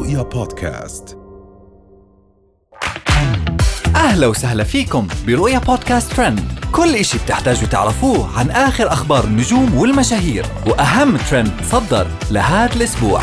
رؤيا بودكاست. أهلا وسهلا فيكم برؤيا بودكاست ترند، كل إشي بتحتاجوا تعرفوه عن آخر أخبار النجوم والمشاهير وأهم ترند صدر لهذا الأسبوع.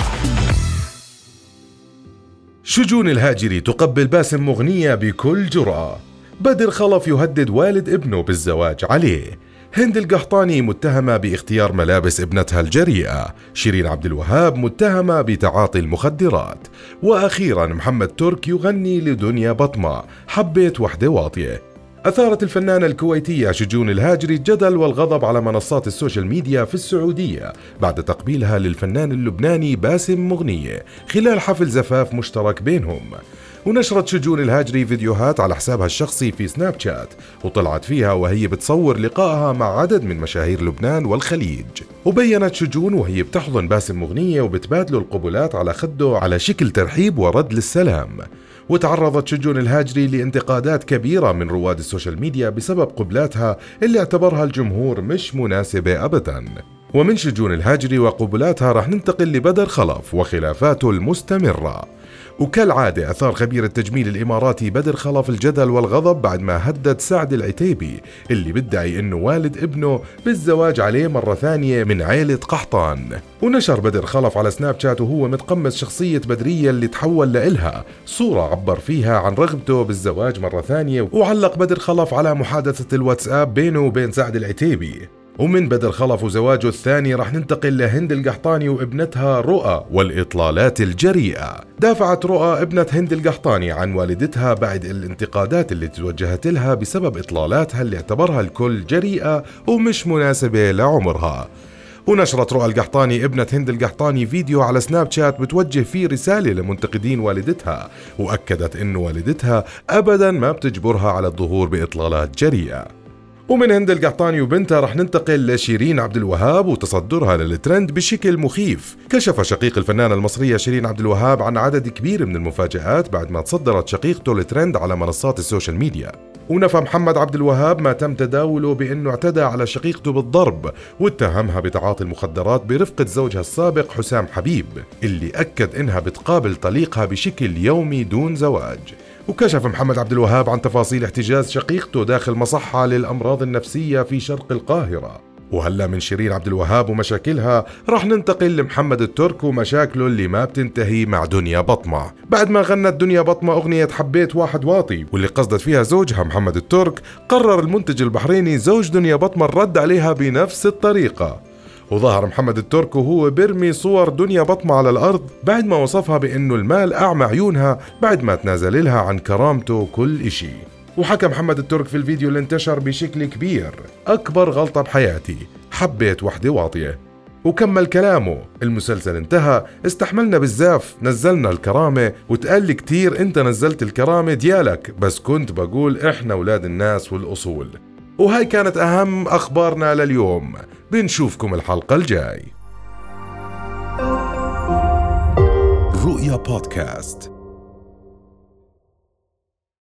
شجون الهاجري تقبل باسم مغنية بكل جرأة. بدر خلف يهدد والد ابنه بالزواج عليه. هند القحطاني متهمة باختيار ملابس ابنتها الجريئة. شيرين عبد الوهاب متهمة بتعاطي المخدرات. وأخيرا محمد ترك يغني لدنيا بطمة حبيت وحدة واطية. أثارت الفنانة الكويتية شجون الهاجري الجدل والغضب على منصات السوشيال ميديا في السعودية بعد تقبيلها للفنان اللبناني باسم مغنية خلال حفل زفاف مشترك بينهم. ونشرت شجون الهاجري فيديوهات على حسابها الشخصي في سناب شات، وطلعت فيها وهي بتصور لقائها مع عدد من مشاهير لبنان والخليج. وبينت شجون وهي بتحضن باسم مغنية وبتبادلوا القبلات على خده على شكل ترحيب ورد للسلام. وتعرضت شجون الهاجري لانتقادات كبيرة من رواد السوشيال ميديا بسبب قبلاتها اللي اعتبرها الجمهور مش مناسبة أبداً. ومن شجون الهاجري وقبلاتها رح ننتقل لبدر خلف وخلافاته المستمرة. وكالعادة أثار خبير التجميل الإماراتي بدر خلف الجدل والغضب بعد ما هدد سعد العتيبي اللي بدعي إنه والد ابنه بالزواج عليه مرة ثانية من عيلة قحطان. ونشر بدر خلف على سناب شات وهو متقمص شخصية بدرية اللي تحول لإلها صورة عبر فيها عن رغبته بالزواج مرة ثانية. وعلق بدر خلف على محادثة الواتساب بينه وبين سعد العتيبي. ومن بدر خلف وزواجه الثاني رح ننتقل لهند القحطاني وابنتها رؤى والإطلالات الجريئة. دافعت رؤى ابنة هند القحطاني عن والدتها بعد الانتقادات اللي توجهت لها بسبب إطلالاتها اللي اعتبرها الكل جريئة ومش مناسبة لعمرها. ونشرت رؤى القحطاني ابنة هند القحطاني فيديو على سناب شات بتوجه فيه رسالة لمنتقدين والدتها، وأكدت إنه والدتها أبداً ما بتجبرها على الظهور بإطلالات جريئة. ومن هند القحطاني وبنتها رح ننتقل لشيرين عبد الوهاب وتصدرها للترند بشكل مخيف. كشف شقيق الفنانة المصرية شيرين عبد الوهاب عن عدد كبير من المفاجآت بعد ما تصدرت شقيقته الترند على منصات السوشيال ميديا. ونفى محمد عبد الوهاب ما تم تداوله بأنه اعتدى على شقيقته بالضرب واتهمها بتعاطي المخدرات برفقة زوجها السابق حسام حبيب اللي أكد إنها بتقابل طليقها بشكل يومي دون زواج. وكشف محمد عبد الوهاب عن تفاصيل احتجاز شقيقته داخل مصحة للأمراض النفسية في شرق القاهرة. وهلا من شيرين عبد الوهاب ومشاكلها رح ننتقل لمحمد الترك ومشاكله اللي ما بتنتهي مع دنيا بطمة. بعد ما غنت دنيا بطمة أغنية حبيت واحد واطي واللي قصدت فيها زوجها محمد الترك، قرر المنتج البحريني زوج دنيا بطمة الرد عليها بنفس الطريقة. وظهر محمد الترك وهو برمي صور دنيا بطمة على الأرض بعد ما وصفها بأنه المال أعمى عيونها بعد ما تنازل لها عن كرامته كل إشي. وحكى محمد الترك في الفيديو اللي انتشر بشكل كبير: أكبر غلطة بحياتي، حبيت وحدة واطية. وكمل كلامه: المسلسل انتهى، استحملنا بزاف، نزلنا الكرامة وتقال لي كتير انت نزلت الكرامة ديالك، بس كنت بقول احنا ولاد الناس والأصول. وهاي كانت أهم أخبارنا لليوم، بنشوفكم الحلقة الجاي. رؤيا بودكاست.